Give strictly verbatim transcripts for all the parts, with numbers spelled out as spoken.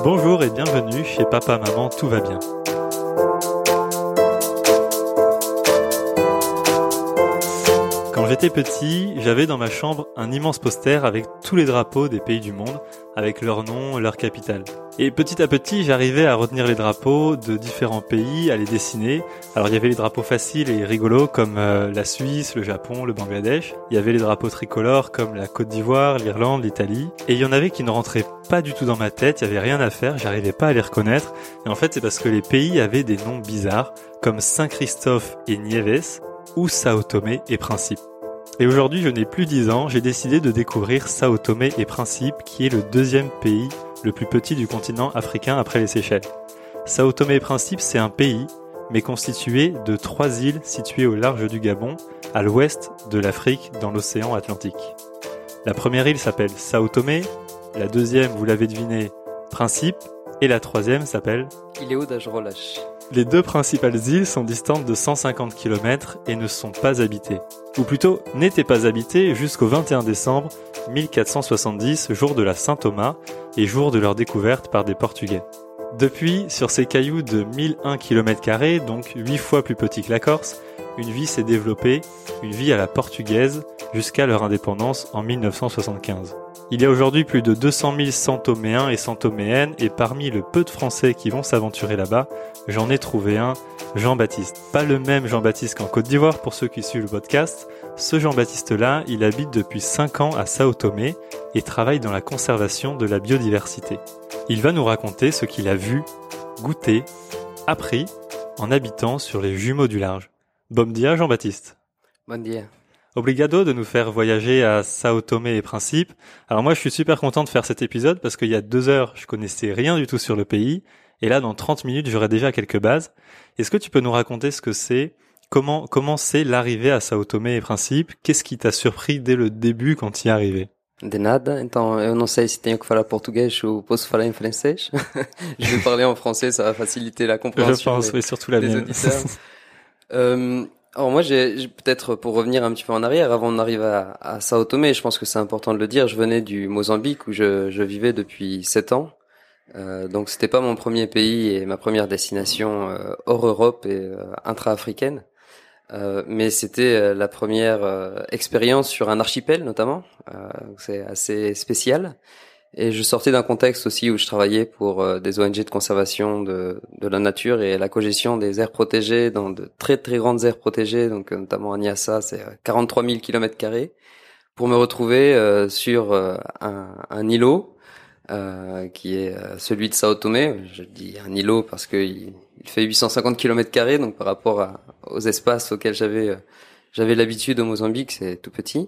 Bonjour et bienvenue chez Papa Maman Tout va bien. Quand j'étais petit, j'avais dans ma chambre un immense poster avec tous les drapeaux des pays du monde, avec leurs noms, leurs capitales. Et petit à petit, j'arrivais à retenir les drapeaux de différents pays, à les dessiner. Alors il y avait les drapeaux faciles et rigolos comme euh, la Suisse, le Japon, le Bangladesh. Il y avait les drapeaux tricolores comme la Côte d'Ivoire, l'Irlande, l'Italie. Et il y en avait qui ne rentraient pas du tout dans ma tête, il y avait rien à faire, j'arrivais pas à les reconnaître. Et en fait, c'est parce que les pays avaient des noms bizarres, comme Saint-Christophe et Nieves, ou Sao Tomé et Principe. Et aujourd'hui, je n'ai plus dix ans, j'ai décidé de découvrir Sao Tomé et Principe, qui est le deuxième pays le plus petit du continent africain après les Seychelles. Sao Tomé et Principe, c'est un pays, mais constitué de trois îles situées au large du Gabon, à l'ouest de l'Afrique, dans l'océan Atlantique. La première île s'appelle Sao Tomé, la deuxième, vous l'avez deviné, Principe, et la troisième s'appelle Ilhéu das Rolas. Les deux principales îles sont distantes de cent cinquante kilomètres et ne sont pas habitées. Ou plutôt, n'étaient pas habitées jusqu'au vingt et un décembre mille quatre cent soixante-dix, jour de la Saint-Thomas et jour de leur découverte par des Portugais. Depuis, sur ces cailloux de mille un kilomètres carrés, donc huit fois plus petits que la Corse, une vie s'est développée, une vie à la portugaise, jusqu'à leur indépendance en mille neuf cent soixante-quinze. Il y a aujourd'hui plus de deux cent mille Santoméens et Santoméennes et parmi le peu de Français qui vont s'aventurer là-bas, j'en ai trouvé un, Jean-Baptiste. Pas le même Jean-Baptiste qu'en Côte d'Ivoire pour ceux qui suivent le podcast. Ce Jean-Baptiste-là, il habite depuis cinq ans à Sao Tomé et travaille dans la conservation de la biodiversité. Il va nous raconter ce qu'il a vu, goûté, appris en habitant sur les jumeaux du large. Bon dia Jean-Baptiste. Bon dia. Obrigado de nous faire voyager à Sao Tomé et Principe. Alors moi, je suis super content de faire cet épisode parce qu'il y a deux heures, je connaissais rien du tout sur le pays. Et là, dans trente minutes, j'aurai déjà quelques bases. Est-ce que tu peux nous raconter ce que c'est, comment, comment c'est l'arrivée à Sao Tomé et Principe? Qu'est-ce qui t'a surpris dès le début quand tu y es arrivé? De nada, então eu não sei se tenho que falar português ou posso falar em francês. Je vais parler en français, ça va faciliter la compréhension je pense, des, oui, surtout la des mienne. auditeurs. euh, alors moi, j'ai, j'ai peut-être pour revenir un petit peu en arrière, avant d'arriver à, à Sao Tomé, je pense que c'est important de le dire, je venais du Mozambique où je, je vivais depuis sept ans. Euh, donc c'était pas mon premier pays et ma première destination euh, hors Europe et euh, intra-africaine. Euh, mais c'était euh, la première euh, expérience sur un archipel notamment, euh, c'est assez spécial. Et je sortais d'un contexte aussi où je travaillais pour euh, des O N G de conservation de, de la nature et la cogestion des aires protégées dans de très très grandes aires protégées, donc euh, notamment à Niassa, c'est quarante-trois mille kilomètres carrés, pour me retrouver euh, sur euh, un, un îlot euh, qui est euh, celui de Sao Tomé. Je dis un îlot parce que il, il fait huit cent cinquante kilomètres carrés, donc par rapport à, aux espaces auxquels j'avais euh, j'avais l'habitude au Mozambique, c'est tout petit.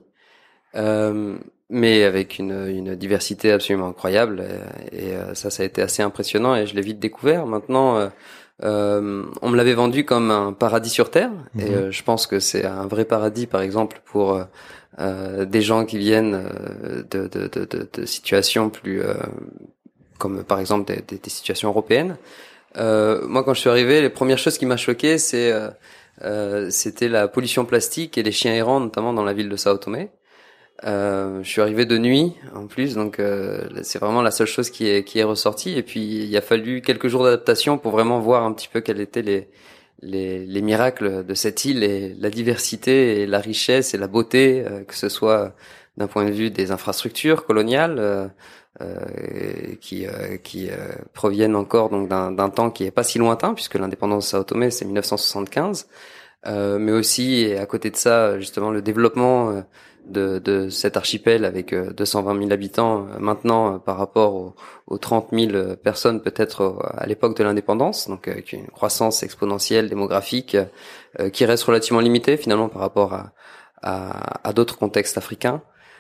Euh, mais avec une, une diversité absolument incroyable et, et euh, ça, ça a été assez impressionnant et je l'ai vite découvert. Maintenant, euh, euh, on me l'avait vendu comme un paradis sur terre mmh. et euh, je pense que c'est un vrai paradis, par exemple, pour euh, des gens qui viennent de, de, de, de, de situations plus, euh, comme par exemple des, des, des situations européennes. Euh, moi, quand je suis arrivé, les premières choses qui m'a choqué, c'est euh, euh, c'était la pollution plastique et les chiens errants, notamment dans la ville de Sao Tomé. Euh, je suis arrivé de nuit en plus, donc euh, c'est vraiment la seule chose qui est qui est ressortie. Et puis il a fallu quelques jours d'adaptation pour vraiment voir un petit peu quels étaient les les, les miracles de cette île et la diversité et la richesse et la beauté, euh, que ce soit d'un point de vue des infrastructures coloniales euh, euh, qui euh, qui euh, proviennent encore donc d'un d'un temps qui est pas si lointain puisque l'indépendance de Sao Tomé c'est mille neuf cent soixante-quinze, euh, mais aussi et à côté de ça justement le développement euh, de, de cet archipel avec euh, deux cent vingt mille habitants euh, maintenant euh, par rapport aux, aux trente mille personnes peut-être euh, à l'époque de l'indépendance, donc avec une croissance exponentielle démographique euh, qui reste relativement limitée finalement par rapport à, à, à d'autres contextes africains.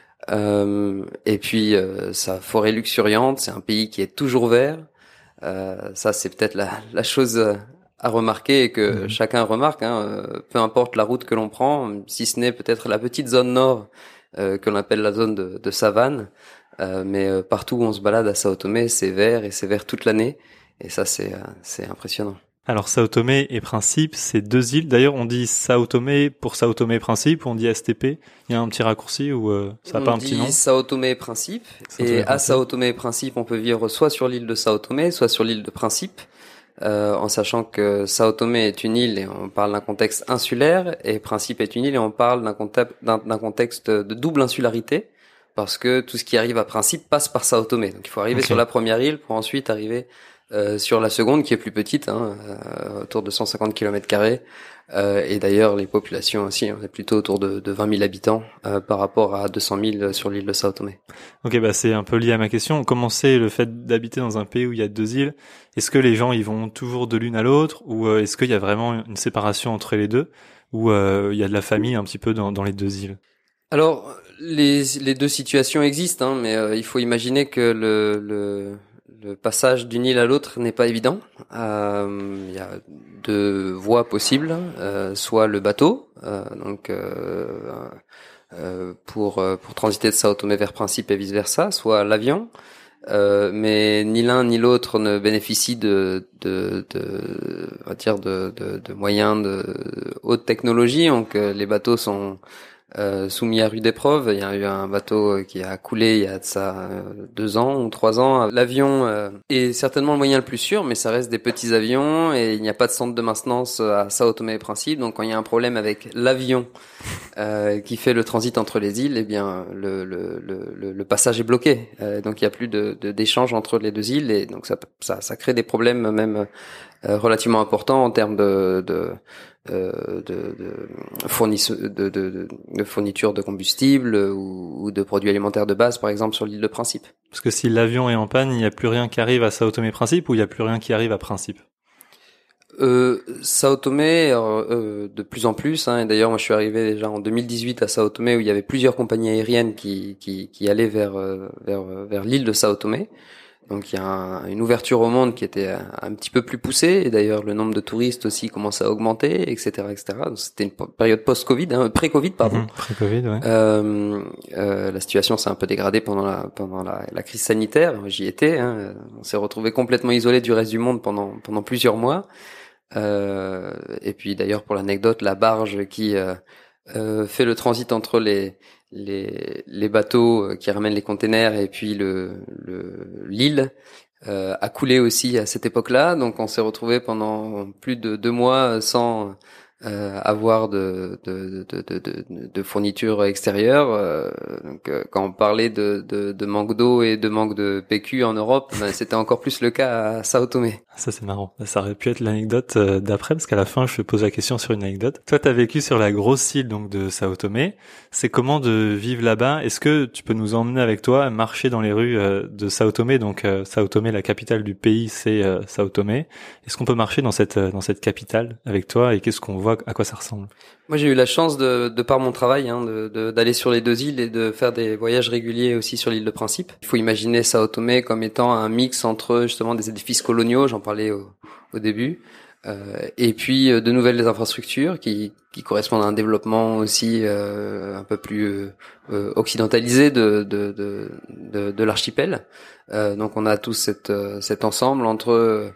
Euh, et puis euh, sa forêt luxuriante, c'est un pays qui est toujours vert. Euh, ça c'est peut-être la, la chose à remarquer et que mmh. chacun remarque, hein, euh, peu importe la route que l'on prend, si ce n'est peut-être la petite zone nord euh, que l'on appelle la zone de, de savane, euh, mais euh, partout où on se balade à Sao Tomé, c'est vert et c'est vert toute l'année et ça c'est euh, c'est impressionnant. Alors Sao Tomé et Principe, c'est deux îles. D'ailleurs, on dit Sao Tomé pour Sao Tomé et Principe, ou on dit S T P. Il y a un petit raccourci ou euh, ça n'a pas un petit nom? On dit Sao Tomé et Principe. Sao Tomé et à Sao Tomé et Principe, on peut vivre soit sur l'île de Sao Tomé, soit sur l'île de Principe. Euh, en sachant que Sao Tomé est une île et on parle d'un contexte insulaire, et Principe est une île et on parle d'un contexte, d'un, d'un contexte de double insularité, parce que tout ce qui arrive à Principe passe par Sao Tomé. Donc il faut arriver okay. sur la première île pour ensuite arriver euh, sur la seconde, qui est plus petite, hein, euh, autour de cent cinquante kilomètres carrés. Euh, et d'ailleurs, les populations aussi, on est plutôt autour de, de vingt mille habitants euh, par rapport à deux cent mille sur l'île de Sao Tomé. Ok, bah c'est un peu lié à ma question. Comment c'est le fait d'habiter dans un pays où il y a deux îles? Est-ce que les gens ils vont toujours de l'une à l'autre, ou euh, est-ce qu'il y a vraiment une séparation entre les deux, ou euh, il y a de la famille un petit peu dans, dans les deux îles? Alors, les, les deux situations existent, hein, mais euh, il faut imaginer que le, le Le passage d'une île à l'autre n'est pas évident. Euh, il y a deux voies possibles, euh, soit le bateau, euh, donc euh, euh, pour pour transiter de Sao Tomé vers Principe et vice versa, soit l'avion. Euh, mais ni l'un ni l'autre ne bénéficient de de de on va dire de de, de moyens de haute technologie. Donc euh, les bateaux sont Euh, soumis à rude épreuve. Il y a eu un bateau qui a coulé il y a de ça euh, deux ans ou trois ans. L'avion euh, est certainement le moyen le plus sûr, mais ça reste des petits avions et il n'y a pas de centre de maintenance à Sao Tomé et Principe. Donc quand il y a un problème avec l'avion euh, qui fait le transit entre les îles, eh bien le le le, le passage est bloqué. Euh, donc il y a plus de, de d'échange entre les deux îles et donc ça ça ça crée des problèmes même euh, relativement importants en termes de de Euh, de, de, fournisse, de, de, de fourniture de combustible ou, ou de produits alimentaires de base, par exemple sur l'île de Principe. Parce que si l'avion est en panne, il n'y a plus rien qui arrive à Sao Tomé Principe, ou il n'y a plus rien qui arrive à Principe? Euh, Sao Tomé, euh, de plus en plus, hein, et d'ailleurs moi je suis arrivé déjà en deux mille dix-huit à Sao Tomé où il y avait plusieurs compagnies aériennes qui, qui, qui allaient vers, vers, vers l'île de Sao Tomé. Donc il y a un, une ouverture au monde qui était un, un petit peu plus poussée, et d'ailleurs le nombre de touristes aussi commence à augmenter, et cetera, et cetera. Donc, c'était une période post-Covid, hein, pré-Covid, pardon. Mmh, pré-Covid, ouais. Euh, euh, la situation s'est un peu dégradée pendant la pendant la, la crise sanitaire. J'y étais. Hein, on s'est retrouvé complètement isolé du reste du monde pendant pendant plusieurs mois. Euh, et puis d'ailleurs pour l'anecdote, la barge qui euh, euh, fait le transit entre les les les bateaux qui ramènent les containers et puis le le l'île euh, a coulé aussi à cette époque-là, donc on s'est retrouvé pendant plus de deux mois sans euh, avoir de de de de de, de fournitures extérieures. Euh, donc euh, quand on parlait de de, de manque d'eau et de manque de P Q en Europe, ben, c'était encore plus le cas à Sao Tomé. Ça c'est marrant. Ça aurait pu être l'anecdote d'après, parce qu'à la fin je pose la question sur une anecdote. Toi t'as vécu sur la grosse île donc de Sao Tomé. C'est comment de vivre là-bas? Est-ce que tu peux nous emmener avec toi, marcher dans les rues de Sao Tomé? Donc euh, Sao Tomé, la capitale du pays, c'est euh, Sao Tomé. Est-ce qu'on peut marcher dans cette dans cette capitale avec toi, et qu'est-ce qu'on voit, à quoi ça ressemble? Moi, j'ai eu la chance de, de par mon travail, hein, de, de, d'aller sur les deux îles et de faire des voyages réguliers aussi sur l'île de Principe. Il faut imaginer Sao Tomé comme étant un mix entre justement des édifices coloniaux, j'en parlais au, au début, euh, et puis de nouvelles infrastructures qui, qui correspondent à un développement aussi euh, un peu plus euh, occidentalisé de, de, de, de, de l'archipel. Euh, donc, on a tous cette, cet ensemble entre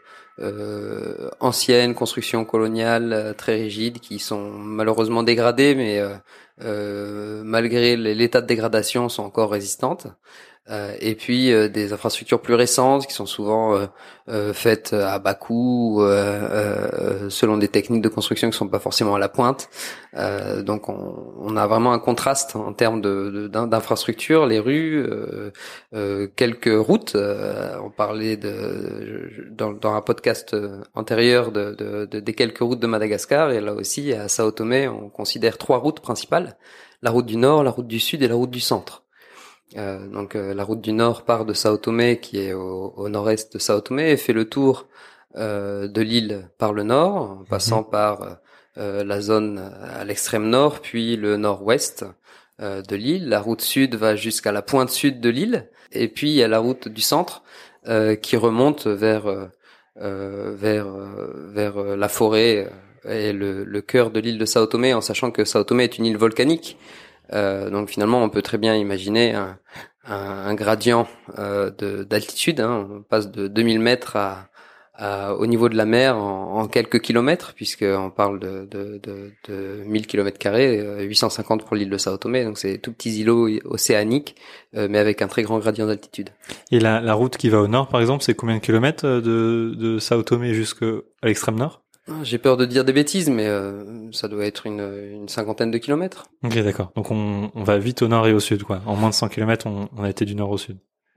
Euh, anciennes constructions coloniales euh, très rigides qui sont malheureusement dégradées, mais euh, euh, malgré l'état de dégradation sont encore résistantes. Euh, et puis euh, des infrastructures plus récentes qui sont souvent euh, euh, faites à bas coût, euh, euh, selon des techniques de construction qui sont pas forcément à la pointe. Euh, donc on, on a vraiment un contraste en termes de, de, d'infrastructures, les rues, euh, euh, quelques routes. Euh, on parlait de dans, dans un podcast antérieur de, de, de des quelques routes de Madagascar, et là aussi à Sao Tomé on considère trois routes principales: la route du Nord, la route du Sud et la route du Centre. Euh, donc euh, la route du Nord part de Sao Tomé, qui est au, au nord-est de Sao Tomé, et fait le tour euh, de l'île par le nord, en passant mmh. par euh, la zone à l'extrême nord, puis le nord-ouest euh, de l'île. La route sud va jusqu'à la pointe sud de l'île, et puis il y a la route du centre euh, qui remonte vers euh, vers vers la forêt et le, le cœur de l'île de Sao Tomé, en sachant que Sao Tomé est une île volcanique. Euh, donc finalement, on peut très bien imaginer un, un, un gradient euh, de, d'altitude. Hein. On passe de deux mille mètres à, euh, au niveau de la mer en, en quelques kilomètres, puisque on parle de, de, de, de mille kilomètres carrés, huit cent cinquante pour l'île de Sao Tomé, donc c'est tout petits îlots océaniques, euh, mais avec un très grand gradient d'altitude. Et la, la route qui va au nord, par exemple, c'est combien de kilomètres de, de Sao Tomé jusqu'à l'extrême nord? J'ai peur de dire des bêtises, mais euh, ça doit être une, une cinquantaine de kilomètres. Ok, d'accord. Donc on, on va vite au nord et au sud, quoi. En moins de cent kilomètres, on, on a été du nord au sud.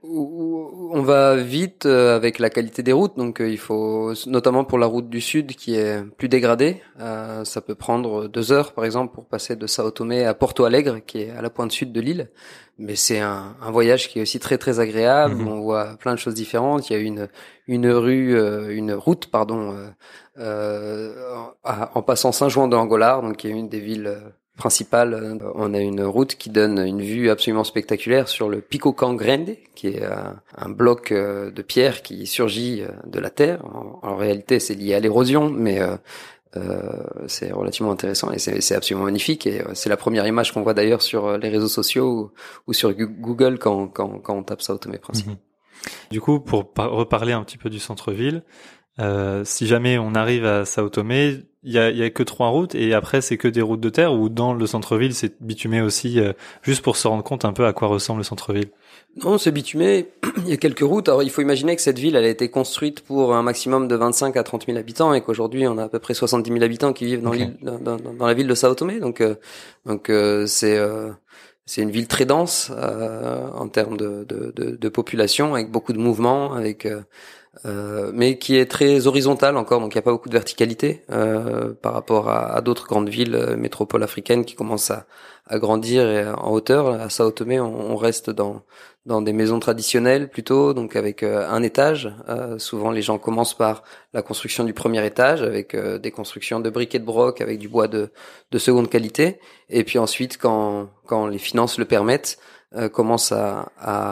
On va vite euh, avec la qualité des routes, donc euh, il faut, notamment pour la route du sud qui est plus dégradée, euh, ça peut prendre deux heures par exemple pour passer de Sao Tomé à Porto Alegre, qui est à la pointe sud de l'île. Mais c'est un, un voyage qui est aussi très très agréable. Mmh. On voit plein de choses différentes. Il y a une une rue, euh, une route pardon, euh, euh, en passant Saint-Jouan de Angolar, donc qui est une des villes principale. On a une route qui donne une vue absolument spectaculaire sur le Pico Cangrande, qui est un, un bloc de pierre qui surgit de la terre. En, en réalité, c'est lié à l'érosion, mais euh, euh, c'est relativement intéressant et c'est, c'est absolument magnifique. Et c'est la première image qu'on voit d'ailleurs sur les réseaux sociaux ou, ou sur Google quand, quand, quand on tape Sao Tomé Principe. Mmh. Du coup, pour par- reparler un petit peu du centre-ville, euh, si jamais on arrive à Sao Tomé, il y a, y a que trois routes et après c'est que des routes de terre, ou dans le centre-ville c'est bitumé aussi, euh, juste pour se rendre compte un peu à quoi ressemble le centre-ville? Non, c'est bitumé. Il y a quelques routes. Alors, il faut imaginer que cette ville, elle a été construite pour un maximum de vingt-cinq à trente mille habitants et qu'aujourd'hui, on a à peu près soixante-dix mille habitants qui vivent dans, okay. l'île, dans, dans, dans la ville de Sao Tomé. Donc, euh, donc euh, c'est euh, c'est une ville très dense euh, en termes de, de, de, de population, avec beaucoup de mouvements, avec euh, Euh, mais qui est très horizontale encore, donc il n'y a pas beaucoup de verticalité euh, par rapport à, à d'autres grandes villes, euh, métropoles africaines qui commencent à, à grandir et en hauteur. À Sao Tomé, on, on reste dans dans des maisons traditionnelles plutôt, donc avec euh, un étage. Euh, souvent, les gens commencent par la construction du premier étage, avec euh, des constructions de briques et de broc, avec du bois de de seconde qualité, et puis ensuite, quand quand les finances le permettent, Euh, commence à,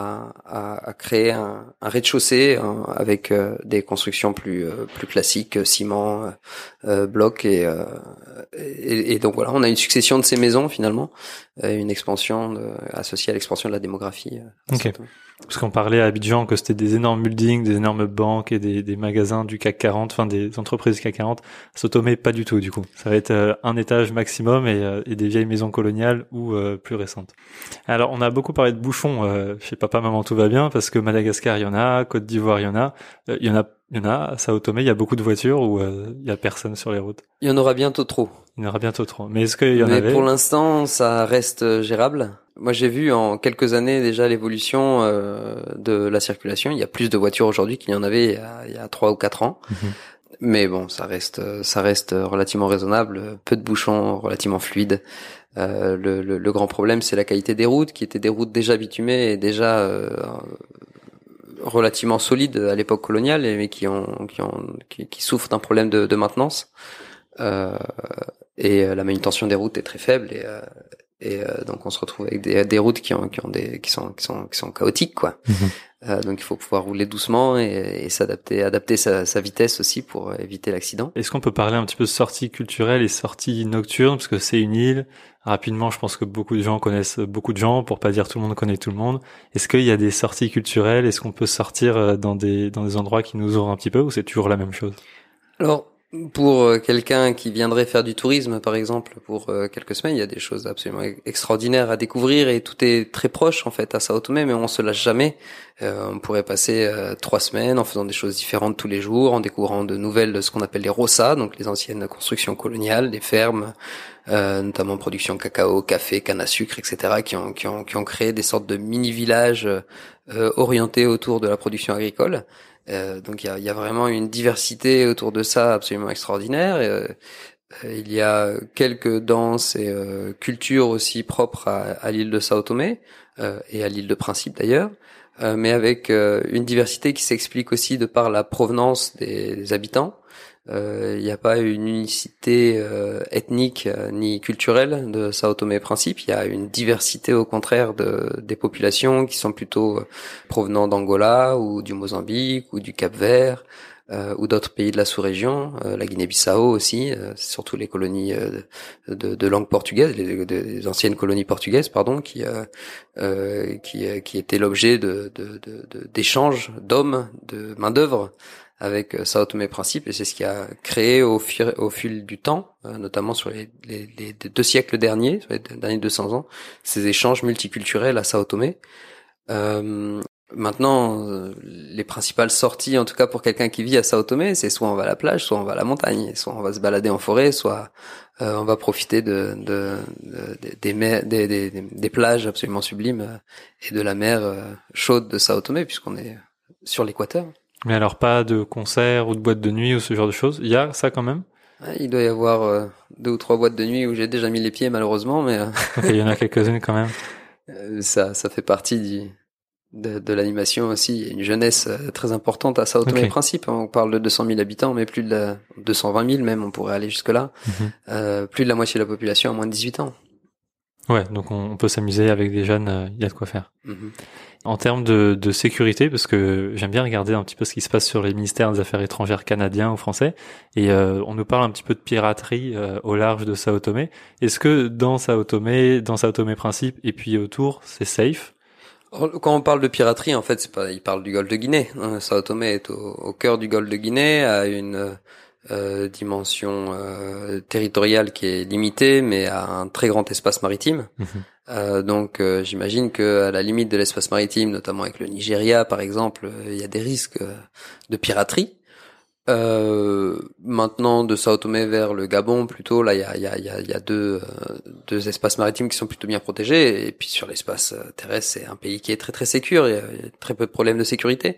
à, à créer un, un rez-de-chaussée hein, avec euh, des constructions plus euh, plus classiques, ciment, euh, bloc et, euh, et et donc voilà, on a une succession de ces maisons finalement, euh, une expansion de, associée à l'expansion de la démographie. Euh, ok. Parce qu'on parlait à Abidjan que c'était des énormes buildings, des énormes banques et des, des magasins du C A C quarante, enfin des entreprises du C A C quarante. Sao Tomé, pas du tout du coup. Ça va être euh, un étage maximum et, euh, et des vieilles maisons coloniales ou euh, plus récentes. Alors on a beaucoup parlé de bouchons euh, chez Papa Maman Tout va bien, parce que Madagascar il y en a, Côte d'Ivoire il y en a, euh, il y en a, il y en a à Sao Tomé, il y a beaucoup de voitures ou euh, il y a personne sur les routes. Il y en aura bientôt trop. Il y en aura bientôt trop. Mais est-ce qu'il y en Mais avait? Pour l'instant, ça reste gérable. Moi, j'ai vu en quelques années déjà l'évolution euh, de la circulation. Il y a plus de voitures aujourd'hui qu'il y en avait il y a, il y a trois ou quatre ans. Mmh. Mais bon, ça reste, ça reste relativement raisonnable. Peu de bouchons, relativement fluides. Euh, le, le, le grand problème, c'est la qualité des routes, qui étaient des routes déjà bitumées et déjà euh, relativement solides à l'époque coloniale, mais qui ont, qui ont, qui, qui souffrent d'un problème de, de maintenance. Euh, et la manutention des routes est très faible et euh, et euh, donc on se retrouve avec des, des routes qui ont qui ont des qui sont qui sont qui sont chaotiques quoi. Mmh. Euh, donc il faut pouvoir rouler doucement et, et s'adapter adapter sa, sa vitesse aussi pour éviter l'accident. Est-ce qu'on peut parler un petit peu de sorties culturelles et sorties nocturnes, parce que c'est une île. Rapidement, je pense que beaucoup de gens connaissent beaucoup de gens, pour pas dire tout le monde connaît tout le monde. Est-ce qu'il y a des sorties culturelles? Est-ce qu'on peut sortir dans des dans des endroits qui nous ouvrent un petit peu, ou c'est toujours la même chose? Alors pour quelqu'un qui viendrait faire du tourisme, par exemple, pour quelques semaines, il y a des choses absolument extraordinaires à découvrir et tout est très proche en fait à Sao Tomé, mais on se lâche jamais. Euh, on pourrait passer euh, trois semaines en faisant des choses différentes tous les jours, en découvrant de nouvelles, ce qu'on appelle les roças, donc les anciennes constructions coloniales, des fermes, euh, notamment production cacao, café, canne à sucre, et cetera, qui ont qui ont qui ont créé des sortes de mini villages euh, orientés autour de la production agricole. Euh, donc il y a, y a vraiment une diversité autour de ça absolument extraordinaire. Et, euh, il y a quelques danses et euh, cultures aussi propres à, à l'île de Sao Tomé euh, et à l'île de Principe d'ailleurs, euh, mais avec euh, une diversité qui s'explique aussi de par la provenance des, des habitants. Euh, il n'y a pas une unicité euh, ethnique euh, ni culturelle de Sao Tomé et Principe. Il y a une diversité au contraire de des populations qui sont plutôt euh, provenant d'Angola ou du Mozambique ou du Cap-Vert euh, ou d'autres pays de la sous-région, euh, la Guinée-Bissau aussi, euh, surtout les colonies euh, de, de langue portugaise, les, les anciennes colonies portugaises, pardon, qui euh, euh, qui qui étaient l'objet de, de, de, de d'échanges d'hommes, de main d'œuvre avec euh, Sao Tomé et Principe, et c'est ce qui a créé au fil, au fil du temps, euh, notamment sur les, les, les deux siècles derniers, sur les derniers deux cents ans, ces échanges multiculturels à Sao Tomé. Euh, Maintenant, euh, les principales sorties, en tout cas pour quelqu'un qui vit à Sao Tomé, c'est soit on va à la plage, soit on va à la montagne, soit on va se balader en forêt, soit euh, on va profiter de, de, de, de des, mer, des, des, des plages absolument sublimes euh, et de la mer euh, chaude de Sao Tomé, puisqu'on est sur l'équateur. Mais alors pas de concert ou de boîte de nuit ou ce genre de choses? Il y a ça quand même? Ouais, il doit y avoir euh, deux ou trois boîtes de nuit où j'ai déjà mis les pieds malheureusement, mais euh, Ok, il y en a quelques-unes quand même. euh, ça, ça fait partie du De, de l'animation aussi. Il y a une jeunesse euh, très importante à Sao Tomé et Okay. Principe. On parle de deux cent mille habitants, mais plus de la, deux cent vingt mille même, on pourrait aller jusque-là. Mm-hmm. Euh, plus de la moitié de la population a moins de dix-huit ans. Ouais, donc on, on peut s'amuser avec des jeunes, il euh, y a de quoi faire. Mm-hmm. En termes de, de sécurité, parce que j'aime bien regarder un petit peu ce qui se passe sur les ministères des Affaires étrangères canadiens ou français, et euh, on nous parle un petit peu de piraterie euh, au large de Sao Tomé. Est-ce que dans Sao Tomé, dans Sao Tomé Principe et puis autour, c'est safe? Quand on parle de piraterie, en fait, c'est pas, il parle du Golfe de Guinée. Hein. Sao Tomé est au, au cœur du Golfe de Guinée, a une euh, dimension euh, territoriale qui est limitée, mais a un très grand espace maritime. Mmh. Euh, donc, euh, j'imagine que à la limite de l'espace maritime, notamment avec le Nigeria, par exemple, il y a des risques de piraterie. Euh, maintenant de Sao Tomé vers le Gabon, plutôt là il y a il y a il y a, y a deux euh, deux espaces maritimes qui sont plutôt bien protégés, et puis sur l'espace terrestre c'est un pays qui est très très sécure, il y a, il y a très peu de problèmes de sécurité.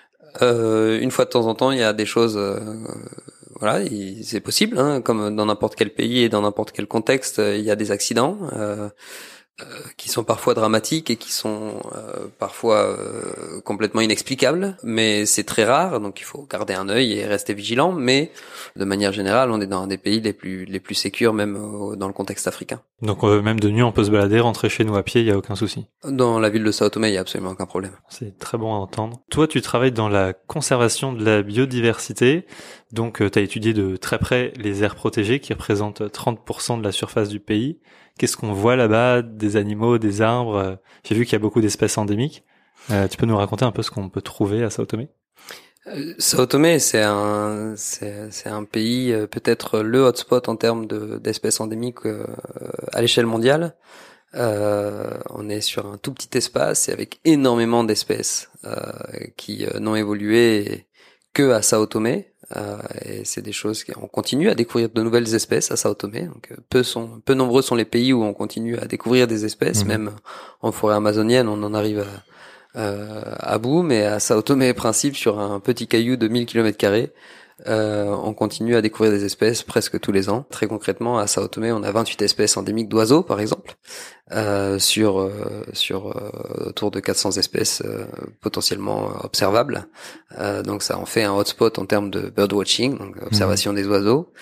Euh, une fois de temps en temps il y a des choses, euh, voilà, il, c'est possible, hein, comme dans n'importe quel pays et dans n'importe quel contexte, il y a des accidents. Euh, Euh, qui sont parfois dramatiques et qui sont euh, parfois euh, complètement inexplicables, mais c'est très rare, donc il faut garder un œil et rester vigilant. Mais de manière générale, on est dans un des pays les plus les plus sécures, même euh, dans le contexte africain. Donc euh, même de nuit, on peut se balader, rentrer chez nous à pied, il y a aucun souci. Dans la ville de Sao Tomé, il y a absolument aucun problème. C'est très bon à entendre. Toi, tu travailles dans la conservation de la biodiversité, donc euh, tu as étudié de très près les aires protégées qui représentent trente pour cent de la surface du pays. Qu'est-ce qu'on voit là-bas? Des animaux, des arbres? J'ai vu qu'il y a beaucoup d'espèces endémiques. Euh, tu peux nous raconter un peu ce qu'on peut trouver à Sao Tomé? euh, Sao Tomé, c'est un, c'est, c'est un pays euh, peut-être le hotspot en termes de, d'espèces endémiques euh, à l'échelle mondiale. Euh, on est sur un tout petit espace et avec énormément d'espèces euh, qui euh, n'ont évolué que à Sao Tomé. Euh, et c'est des choses qu'on continue à découvrir de nouvelles espèces à Sao Tomé. Donc peu sont, peu nombreux sont les pays où on continue à découvrir des espèces. Mmh. Même en forêt amazonienne, on en arrive à, euh, à bout. Mais à Sao Tomé et Principe, sur un petit caillou de mille kilomètres carrés, euh, on continue à découvrir des espèces presque tous les ans. Très concrètement, à Sao Tomé, on a vingt-huit espèces endémiques d'oiseaux, par exemple, euh, sur euh, sur euh, autour de quatre cents espèces euh, potentiellement observables. Euh, donc ça en fait un hotspot en termes de birdwatching, donc observation mmh. des oiseaux,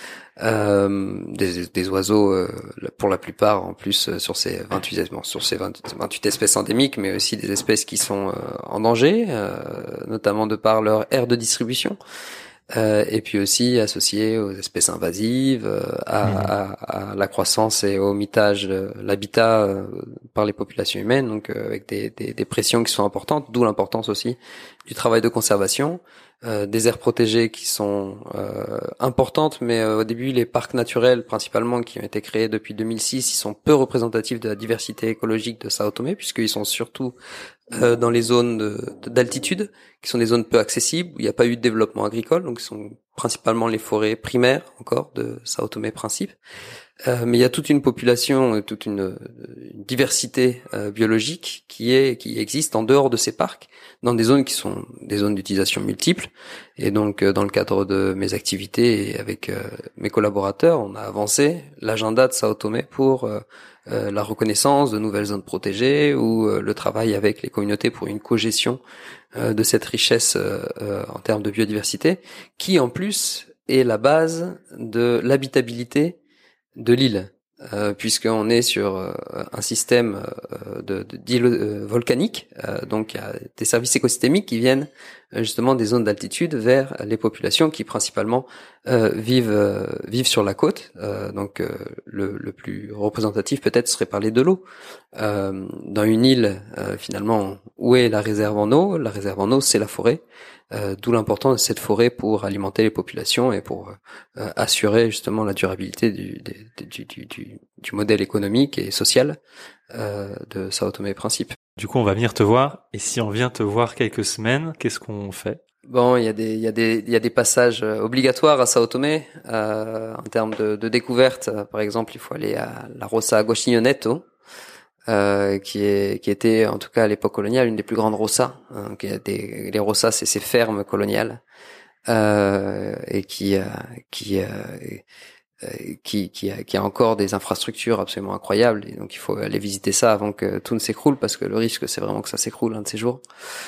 euh, des, des oiseaux euh, pour la plupart en plus sur ces vingt-huit bon, sur ces vingt-huit espèces endémiques, mais aussi des espèces qui sont euh, en danger, euh, notamment de par leur aire de distribution. Euh, et puis aussi associé aux espèces invasives, euh, à, mmh. à, à la croissance et au mitage de l'habitat euh, par les populations humaines, donc euh, avec des, des, des pressions qui sont importantes, d'où l'importance aussi du travail de conservation, euh, des aires protégées qui sont euh, importantes, mais euh, au début les parcs naturels principalement qui ont été créés depuis deux mille six, ils sont peu représentatifs de la diversité écologique de Sao Tomé, puisqu'ils sont surtout Euh, dans les zones de, de, d'altitude, qui sont des zones peu accessibles, où il n'y a pas eu de développement agricole, donc ce sont principalement les forêts primaires encore de Sao Tomé Principe. Euh, mais il y a toute une population, toute une, une diversité euh, biologique qui est qui existe en dehors de ces parcs, dans des zones qui sont des zones d'utilisation multiples. Et donc, euh, dans le cadre de mes activités et avec euh, mes collaborateurs, on a avancé l'agenda de Sao Tomé pour euh, euh, la reconnaissance de nouvelles zones protégées ou euh, le travail avec les communautés pour une cogestion euh, de cette richesse euh, euh, en termes de biodiversité, qui en plus est la base de l'habitabilité de l'île, euh, puisqu'on est sur euh, un système euh, de, de d'îles euh, volcaniques, euh, donc il y a des services écosystémiques qui viennent euh, justement des zones d'altitude vers les populations qui principalement euh, vivent euh, vivent sur la côte. Euh, donc euh, le, le plus représentatif peut-être serait parler de l'eau. Euh, dans une île, euh, finalement, où est la réserve en eau? La réserve en eau, c'est la forêt. Euh, d'où l'importance de cette forêt pour alimenter les populations et pour euh, assurer justement la durabilité du, du, du, du, du modèle économique et social euh, de Sao Tomé et Principe. Du coup, on va venir te voir. Et si on vient te voir quelques semaines, qu'est-ce qu'on fait? Bon, il y a des, il y a des, il y a des passages obligatoires à Sao Tomé euh, en termes de, de découverte. Par exemple, il faut aller à la Roça Agostinho Neto. Euh, qui est qui était en tout cas à l'époque coloniale une des plus grandes roças. Hein, qui a des, les roças, c'est ces fermes coloniales euh, et qui euh, qui, euh, qui qui a, qui a encore des infrastructures absolument incroyables. Et donc il faut aller visiter ça avant que tout ne s'écroule, parce que le risque c'est vraiment que ça s'écroule un de ces jours.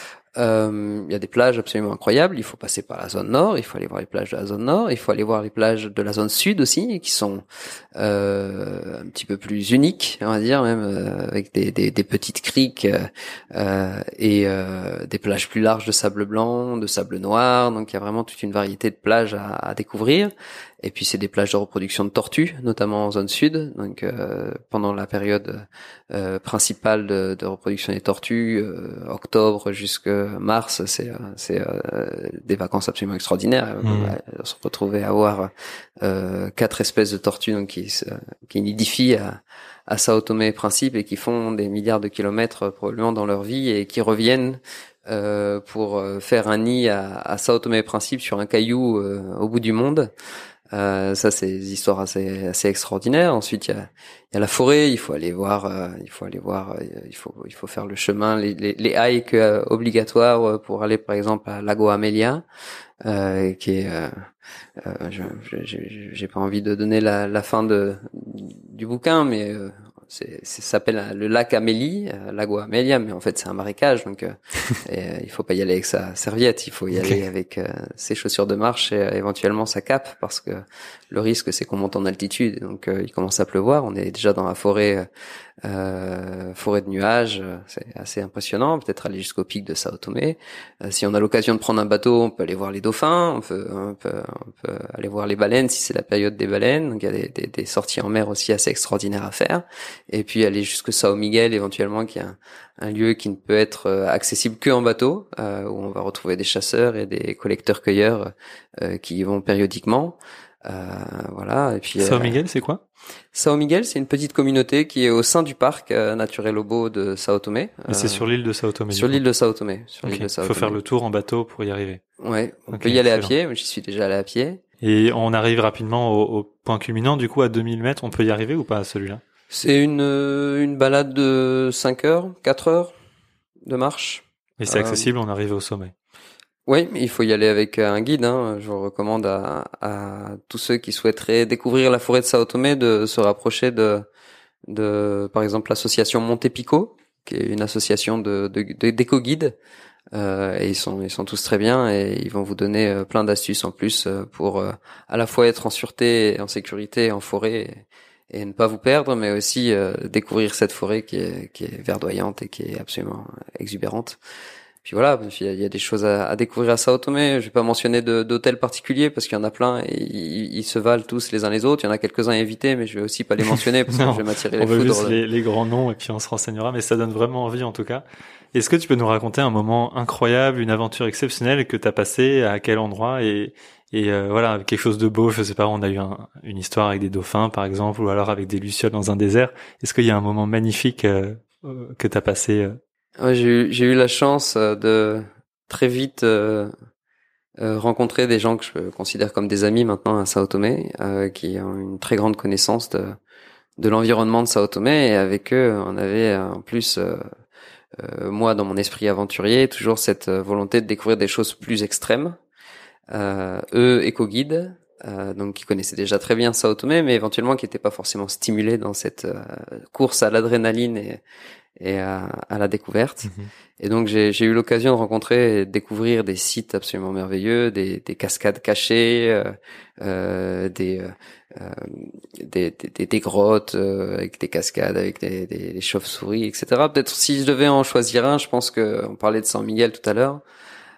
Euh, il y a des plages absolument incroyables. Il faut passer par la zone nord. Il faut aller voir les plages de la zone nord. Il faut aller voir les plages de la zone sud aussi, qui sont euh, un petit peu plus uniques, on va dire, même euh, avec des, des, des petites criques euh, et euh, des plages plus larges de sable blanc, de sable noir. Donc il y a vraiment toute une variété de plages à, à découvrir. Et puis c'est des plages de reproduction de tortues, notamment en zone sud. Donc euh, pendant la période euh, principale de, de reproduction des tortues, euh, octobre jusqu'à mars, c'est c'est euh, des vacances absolument extraordinaires. Mmh. On se retrouvait à avoir euh, quatre espèces de tortues donc qui qui nidifient à, à Sao Tomé et Principe et qui font des milliards de kilomètres probablement dans leur vie et qui reviennent euh, pour faire un nid à, à Sao Tomé et Principe sur un caillou euh, au bout du monde. Euh, ça, c'est des histoires assez, assez extraordinaires. Ensuite, il y a, il y a la forêt. Il faut aller voir, euh, il faut aller voir, euh, il faut, il faut faire le chemin, les, les, les hikes euh, obligatoires pour aller, par exemple, à Lago Amelia, euh, qui est, euh, euh, je, je, j'ai pas envie de donner la, la fin de du bouquin, mais euh, c'est, c'est ça s'appelle le lac Amélie, euh, Lago Amelia, mais en fait c'est un marécage, donc euh, et, euh, il faut pas y aller avec sa serviette, il faut y okay. aller avec euh, ses chaussures de marche et euh, éventuellement sa cape, parce que le risque c'est qu'on monte en altitude, donc euh, il commence à pleuvoir, on est déjà dans la forêt, euh, forêt de nuages, c'est assez impressionnant. Peut-être aller jusqu'au pic de Sao Tomé. Euh, si on a l'occasion de prendre un bateau, on peut aller voir les dauphins, on peut, on peut, on peut aller voir les baleines si c'est la période des baleines. Donc il y a des, des, des sorties en mer aussi assez extraordinaires à faire. Et puis aller jusqu'au Sao Miguel éventuellement, qui est un, un lieu qui ne peut être accessible que en bateau, euh, où on va retrouver des chasseurs et des collecteurs-cueilleurs euh, qui y vont périodiquement. Euh, voilà. Et puis Sao euh, Miguel, c'est quoi? Sao Miguel, c'est une petite communauté qui est au sein du parc euh, naturel Lobo de Sao Tomé. Mais euh, c'est sur l'île de Sao Tomé. Sur l'île de Sao Tomé. Sur okay. l'île de Sao Il faut Tomé. faire le tour en bateau pour y arriver. Ouais, on okay, peut y aller excellent. à pied. J'y suis déjà allé à pied. Et on arrive rapidement au, au point culminant. Du coup, à deux mille mètres, on peut y arriver ou pas à celui-là? C'est une euh, une balade de cinq heures, quatre heures de marche. Et c'est accessible, euh, on arrive au sommet. Oui, mais il faut y aller avec un guide. Hein. Je recommande à, à tous ceux qui souhaiteraient découvrir la forêt de Sao Tomé de se rapprocher de, de par exemple, l'association Monte Pico, qui est une association de, de, de d'éco-guides. Euh, et ils sont, ils sont tous très bien et ils vont vous donner euh, plein d'astuces en plus euh, pour euh, à la fois être en sûreté, en sécurité, en forêt et, et ne pas vous perdre, mais aussi euh, découvrir cette forêt qui est, qui est verdoyante et qui est absolument exubérante. Puis voilà, il y a des choses à, à découvrir à Sao Tomé. Je vais pas mentionner de, d'hôtels particuliers parce qu'il y en a plein et ils, ils se valent tous les uns les autres. Il y en a quelques-uns à éviter, mais je vais aussi pas les mentionner parce que je vais m'attirer les foudres. On va juste le... les, les grands noms et puis on se renseignera, mais ça donne vraiment envie en tout cas. Est-ce que tu peux nous raconter un moment incroyable, une aventure exceptionnelle que tu as passé, à quel endroit et, et euh, voilà, quelque chose de beau, je sais pas, on a eu un, une histoire avec des dauphins par exemple, ou alors avec des lucioles dans un désert. Est-ce qu'il y a un moment magnifique euh, que tu as passé euh... Ouais, j'ai eu, j'ai eu la chance de très vite euh, euh, rencontrer des gens que je considère comme des amis maintenant à Sao Tomé, euh, qui ont une très grande connaissance de, de l'environnement de Sao Tomé, et avec eux, on avait en plus, euh, euh, moi dans mon esprit aventurier, toujours cette volonté de découvrir des choses plus extrêmes. Euh, eux, éco-guides, euh, donc qui connaissaient déjà très bien Sao Tomé, mais éventuellement qui n'étaient pas forcément stimulés dans cette euh, course à l'adrénaline et et à, à la découverte. Mmh. Et donc j'ai, j'ai eu l'occasion de rencontrer et de découvrir des sites absolument merveilleux, des, des cascades cachées, euh, euh, des, euh, des, des des grottes euh, avec des cascades, avec des, des, des chauves-souris, et cetera. Peut-être si je devais en choisir un, je pense que on parlait de San Miguel tout à l'heure.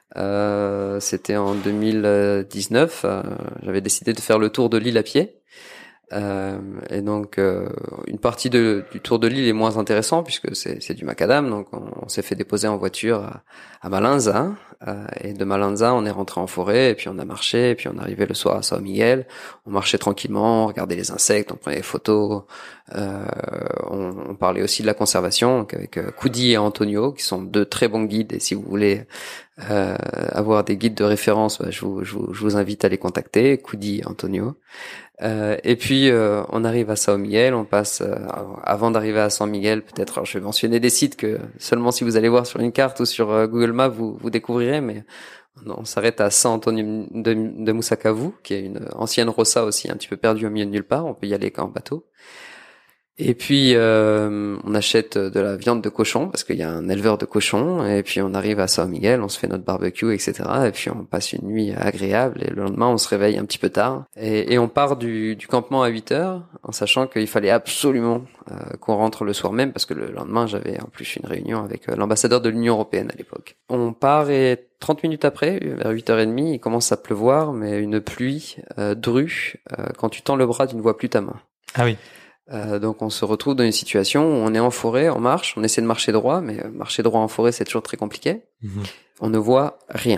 Euh, c'était en deux mille dix-neuf. Euh, j'avais décidé de faire le tour de l'île à pied. Euh, et donc euh, une partie de, du tour de l'île est moins intéressant puisque c'est, c'est du macadam, donc on, on s'est fait déposer en voiture à, à Malanza, euh, et de Malanza on est rentré en forêt et puis on a marché et puis on arrivait le soir à São Miguel, on marchait tranquillement, on regardait les insectes, on prenait des photos, euh, on, on parlait aussi de la conservation donc avec euh, Koudi et Antonio qui sont deux très bons guides, et si vous voulez euh, avoir des guides de référence, bah, je, vous, je, vous, je vous invite à les contacter, Koudi et Antonio. Euh, et puis euh, on arrive à São Miguel, on passe euh, avant d'arriver à São Miguel, peut-être alors je vais mentionner des sites que seulement si vous allez voir sur une carte ou sur euh, Google Maps vous vous découvrirez, mais on, on s'arrête à São Antonio de, de Musacavu, qui est une ancienne roça aussi un petit peu perdue au milieu de nulle part, on peut y aller qu'en bateau. Et puis euh, on achète de la viande de cochon parce qu'il y a un éleveur de cochons, et puis on arrive à São Miguel, on se fait notre barbecue, et cetera. Et puis on passe une nuit agréable, et le lendemain on se réveille un petit peu tard et, et on part du, du campement à huit heures en sachant qu'il fallait absolument euh, qu'on rentre le soir même parce que le lendemain j'avais en plus une réunion avec euh, l'ambassadeur de l'Union européenne à l'époque. On part et trente minutes après, vers huit heures trente, il commence à pleuvoir, mais une pluie euh, drue, euh, quand tu tends le bras tu ne vois plus ta main. Ah oui. Euh, donc on se retrouve dans une situation où on est en forêt, on marche, on essaie de marcher droit, mais marcher droit en forêt c'est toujours très compliqué. Mmh. On ne voit rien.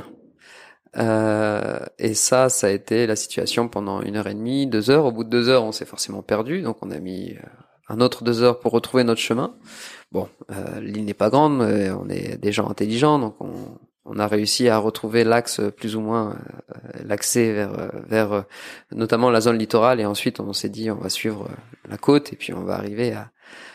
Euh, et ça, ça a été la situation pendant une heure et demie, deux heures. Au bout de deux heures, on s'est forcément perdu, donc on a mis un autre deux heures pour retrouver notre chemin. Bon, euh, l'île n'est pas grande, mais on est des gens intelligents, donc on, on a réussi à retrouver l'axe plus ou moins, euh, l'accès vers, vers notamment la zone littorale, et ensuite on s'est dit on va suivre la côte et puis on va arriver à,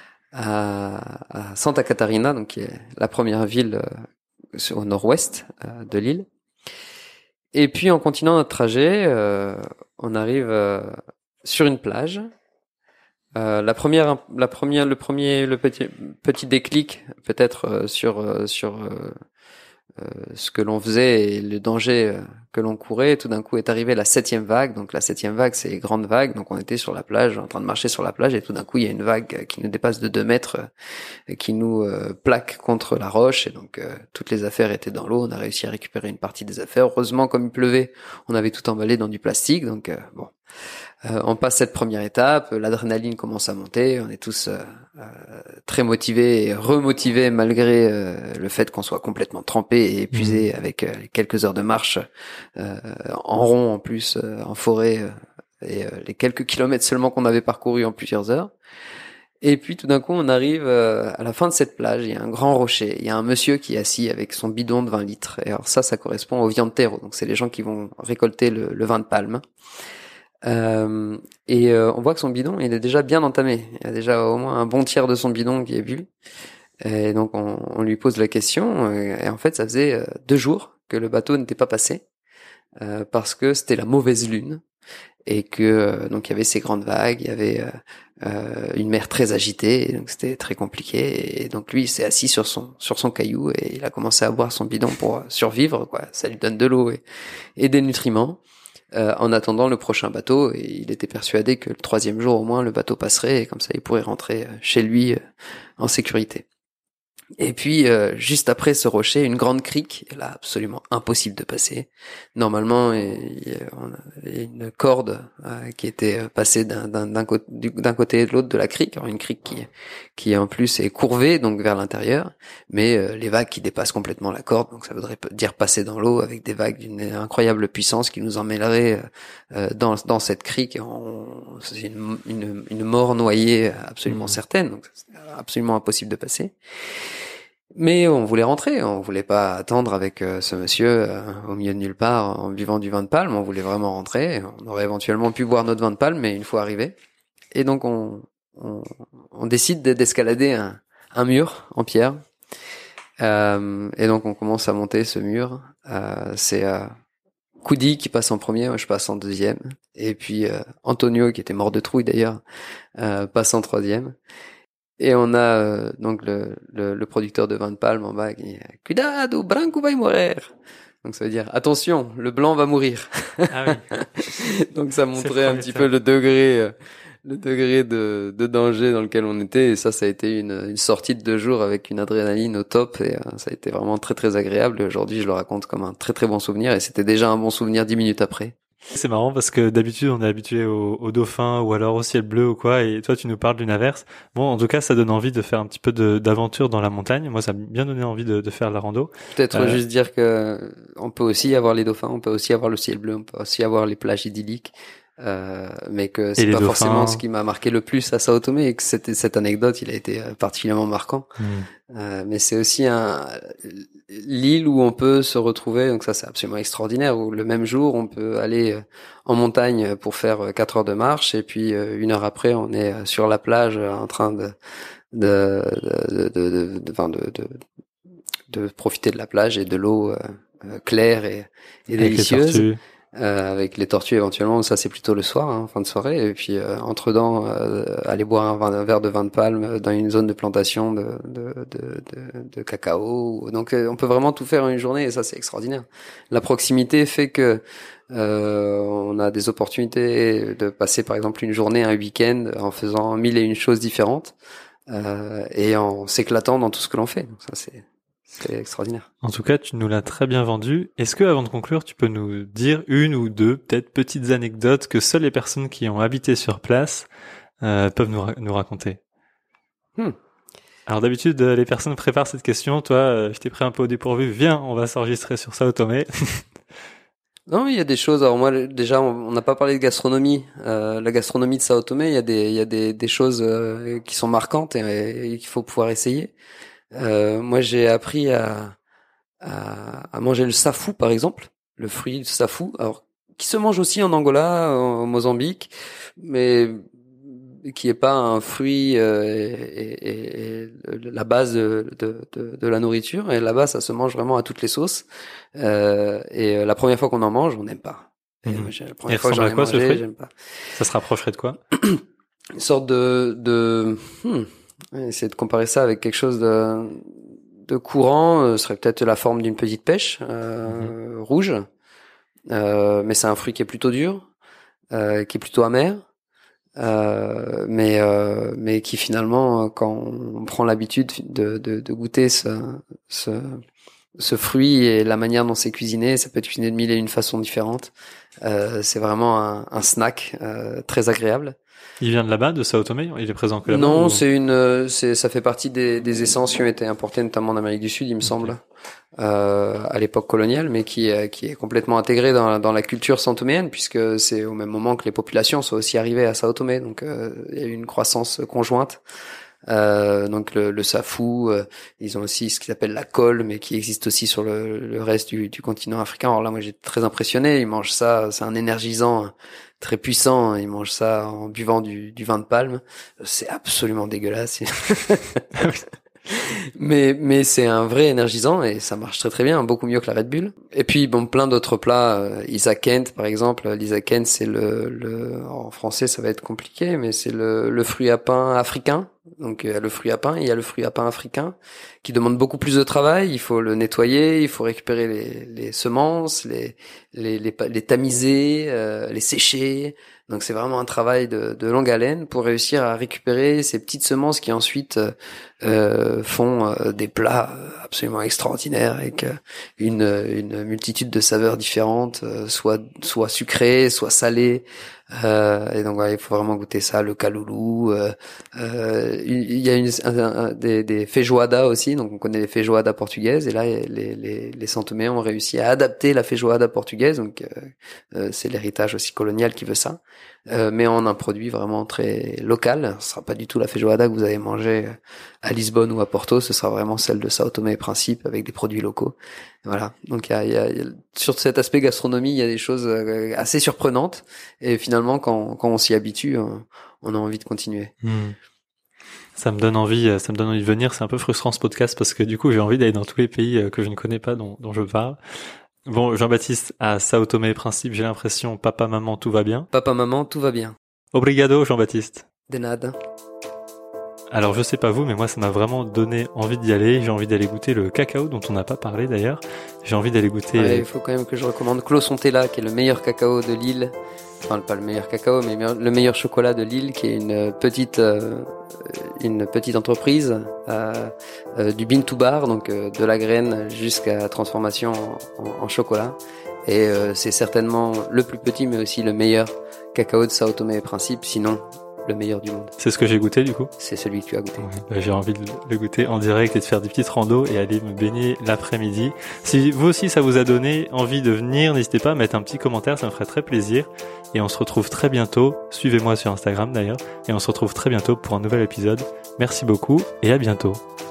à, à Santa Catarina, donc qui est la première ville euh, au nord-ouest euh, de l'île. Et puis en continuant notre trajet, euh, on arrive euh, sur une plage. Euh, la première, la première, le premier, le petit, petit déclic peut-être euh, sur euh, sur euh, euh, ce que l'on faisait et le danger euh, que l'on courait. Tout d'un coup est arrivée la septième vague. Donc la septième vague, c'est grande vague. Donc on était sur la plage, en train de marcher sur la plage, et tout d'un coup il y a une vague qui nous dépasse de deux mètres, euh, qui nous euh, plaque contre la roche. Et donc euh, toutes les affaires étaient dans l'eau. On a réussi à récupérer une partie des affaires. Heureusement, comme il pleuvait, on avait tout emballé dans du plastique. Donc euh, bon. Euh, on passe cette première étape, l'adrénaline commence à monter, on est tous euh, euh, très motivés et remotivés malgré euh, le fait qu'on soit complètement trempés et épuisés, mmh. avec euh, quelques heures de marche euh, en rond en plus, euh, en forêt, euh, et euh, les quelques kilomètres seulement qu'on avait parcourus en plusieurs heures. Et puis tout d'un coup on arrive euh, à la fin de cette plage, il y a un grand rocher, il y a un monsieur qui est assis avec son bidon de vingt litres, et alors ça, ça correspond aux viandeteros, donc c'est les gens qui vont récolter le, le vin de palme. Euh, et euh, on voit que son bidon il est déjà bien entamé, il y a déjà au moins un bon tiers de son bidon qui est bu, et donc on, on lui pose la question, et en fait ça faisait euh, deux jours que le bateau n'était pas passé, euh, parce que c'était la mauvaise lune, et que euh, donc il y avait ces grandes vagues, il y avait euh, euh, une mer très agitée, et donc c'était très compliqué, et donc lui il s'est assis sur son sur son caillou et il a commencé à boire son bidon pour survivre, quoi. Ça lui donne de l'eau et, et des nutriments. Euh, en attendant le prochain bateau, et il était persuadé que le troisième jour au moins le bateau passerait, et comme ça il pourrait rentrer chez lui euh, en sécurité. Et puis euh, juste après ce rocher, une grande crique, et là absolument impossible de passer. Normalement il y a une corde euh, qui était passée d'un, d'un, d'un, côté, d'un côté et de l'autre de la crique, alors une crique qui, qui en plus est courvée donc vers l'intérieur, mais euh, les vagues qui dépassent complètement la corde, donc ça voudrait dire passer dans l'eau avec des vagues d'une incroyable puissance qui nous emmêleraient euh, dans, dans cette crique. On, c'est une, une, une mort noyée absolument mmh. certaine, donc c'est absolument impossible de passer. Mais on voulait rentrer, on voulait pas attendre avec euh, ce monsieur euh, au milieu de nulle part en buvant du vin de palme, on voulait vraiment rentrer. On aurait éventuellement pu boire notre vin de palme, mais une fois arrivé. Et donc on, on, on décide d'escalader un, un mur en pierre. Euh, et donc on commence à monter ce mur. Euh, c'est euh, Koudi qui passe en premier, moi je passe en deuxième. Et puis euh, Antonio, qui était mort de trouille d'ailleurs, euh, passe en troisième. Et on a euh, donc le, le, le producteur de vin de palme en bas qui dit « Cuidado, branco vai morrer ». Donc ça veut dire « Attention, le blanc va mourir ». Ah oui. Donc ça montrait un petit peu le degré, le degré de, de danger dans lequel on était. Et ça, ça a été une, une sortie de deux jours avec une adrénaline au top. Et euh, ça a été vraiment très, très agréable. Et aujourd'hui, je le raconte comme un très, très bon souvenir. Et c'était déjà un bon souvenir dix minutes après. C'est marrant parce que d'habitude on est habitué au, au dauphin ou alors au ciel bleu ou quoi, et toi tu nous parles d'une averse. Bon, en tout cas ça donne envie de faire un petit peu de, d'aventure dans la montagne. Moi ça m'a bien donné envie de, de faire la rando. Peut-être Euh, juste dire que on peut aussi avoir les dauphins, on peut aussi avoir le ciel bleu, on peut aussi avoir les plages idylliques. Euh, mais que c'est pas dauphins. Forcément ce qui m'a marqué le plus à Sao Tomé, et que cette, cette anecdote, il a été particulièrement marquant. Mmh. Euh, mais c'est aussi un l'île où on peut se retrouver, donc ça c'est absolument extraordinaire, où le même jour on peut aller en montagne pour faire quatre heures de marche, et puis une heure après on est sur la plage en train de de de de de, de, de, de, de, de profiter de la plage et de l'eau euh, claire et, et délicieuse. Euh, avec les tortues éventuellement, ça c'est plutôt le soir, hein, fin de soirée, et puis euh, entre dents, euh, aller boire un, vin, un verre de vin de palme dans une zone de plantation de de de, de, de cacao. Donc euh, on peut vraiment tout faire en une journée, et ça c'est extraordinaire. La proximité fait que euh, on a des opportunités de passer par exemple une journée, un week-end en faisant mille et une choses différentes euh, et en s'éclatant dans tout ce que l'on fait. Donc ça c'est C'est extraordinaire. En tout cas, tu nous l'as très bien vendu. Est-ce que, avant de conclure, tu peux nous dire une ou deux, peut-être, petites anecdotes que seules les personnes qui ont habité sur place euh, peuvent nous, ra- nous raconter? hmm. Alors d'habitude, les personnes préparent cette question. Toi, euh, je t'ai pris un peu au dépourvu. Viens, on va s'enregistrer sur Sao Tomé. Non, il y a des choses. Alors moi, déjà, on n'a pas parlé de gastronomie. Euh, la gastronomie de Sao Tomé, il y a des, il y a des, des choses euh, qui sont marquantes et, et qu'il faut pouvoir essayer. Euh, moi, j'ai appris à, à, à manger le safou, par exemple, le fruit le safou, alors qui se mange aussi en Angola, au Mozambique, mais qui est pas un fruit euh, et, et, et la base de, de, de, de la nourriture. Et là-bas, ça se mange vraiment à toutes les sauces. Euh, et la première fois qu'on en mange, on n'aime pas. Et Mmh. moi, la première et fois que j'en ai quoi, mangé, j'aime pas. Ça se rapprocherait de quoi? Une sorte de, de hmm, essayer de comparer ça avec quelque chose de, de courant, euh, serait peut-être la forme d'une petite pêche euh, mmh. rouge, euh, mais c'est un fruit qui est plutôt dur, euh, qui est plutôt amer, euh, mais euh, mais qui finalement, quand on prend l'habitude de, de, de goûter ce, ce ce fruit et la manière dont c'est cuisiné, ça peut être cuisiné de mille et une façons différentes. Euh, c'est vraiment un, un snack euh, très agréable. Il vient de là-bas, de Sao Tomé? Il est présent que là-bas? Non, ou... c'est une, c'est, ça fait partie des, des essences qui ont été importées notamment d'Amérique du Sud, il me okay. semble, euh, à l'époque coloniale, mais qui, qui est complètement intégrée dans, dans la culture santoméenne, puisque c'est au même moment que les populations sont aussi arrivées à Sao Tomé, donc euh, il y a eu une croissance conjointe. Euh, donc le, le safou, euh, ils ont aussi ce qu'ils appellent la colle, mais qui existe aussi sur le, le reste du, du continent africain. Alors là, moi, j'étais très impressionné. Ils mangent ça, c'est un énergisant très puissant. Ils mangent ça en buvant du, du vin de palme. C'est absolument dégueulasse. mais mais c'est un vrai énergisant et ça marche très très bien, beaucoup mieux que la Red Bull. Et puis bon, plein d'autres plats. Euh, Isa Kent par exemple. L'Isa Kent, c'est le, le en français ça va être compliqué, mais c'est le, le fruit à pain africain. Donc il y a le fruit à pain, il y a le fruit à pain africain qui demande beaucoup plus de travail. Il faut le nettoyer, il faut récupérer les, les semences, les les les, les tamiser, euh, les sécher. Donc c'est vraiment un travail de, de longue haleine pour réussir à récupérer ces petites semences qui ensuite euh, font euh, des plats absolument extraordinaires avec une une multitude de saveurs différentes, euh, soit soit sucrées, soit salées. Euh, et donc voilà, il faut vraiment goûter ça, le kaloulou. Euh, euh, il y a une, un, un, des, des feijoada aussi, donc on connaît les feijoada portugaises, et là les les, les Santoméens ont réussi à adapter la feijoada portugaise, donc euh, euh, c'est l'héritage aussi colonial qui veut ça, euh, mais en un produit vraiment très local. Ce sera pas du tout la feijoada que vous avez mangé à Lisbonne ou à Porto, ce sera vraiment celle de Sao Tomé et Principe avec des produits locaux. Voilà, donc il y a, il y a, il y a, sur cet aspect gastronomie, il y a des choses assez surprenantes, et finalement quand, quand on s'y habitue, on, on a envie de continuer. Mmh. Ça me donne envie, ça me donne envie de venir. C'est un peu frustrant ce podcast parce que du coup j'ai envie d'aller dans tous les pays que je ne connais pas, dont, dont je parle. Bon, Jean-Baptiste, à Sao Tomé et Principe, j'ai l'impression papa maman tout va bien. Papa maman tout va bien. Obrigado Jean-Baptiste. De nada. Alors je sais pas vous, mais moi ça m'a vraiment donné envie d'y aller. J'ai envie d'aller goûter le cacao dont on n'a pas parlé d'ailleurs. J'ai envie d'aller goûter... Ouais, il faut quand même que je recommande Clos Sontella, qui est le meilleur cacao de l'île. Enfin, pas le meilleur cacao, mais le meilleur chocolat de l'île, qui est une petite, euh, une petite entreprise euh, euh, du bean to bar, donc euh, de la graine jusqu'à la transformation en, en, en chocolat. Et euh, c'est certainement le plus petit, mais aussi le meilleur cacao de Sao Tomé et Principe, sinon le meilleur du monde. C'est ce que j'ai goûté du coup? C'est celui que tu as goûté. Ouais, bah, j'ai envie de le goûter en direct et de faire des petites randos et aller me baigner l'après-midi. Si vous aussi ça vous a donné envie de venir, n'hésitez pas à mettre un petit commentaire, ça me ferait très plaisir. Et on se retrouve très bientôt. Suivez-moi sur Instagram d'ailleurs. Et on se retrouve très bientôt pour un nouvel épisode. Merci beaucoup et à bientôt.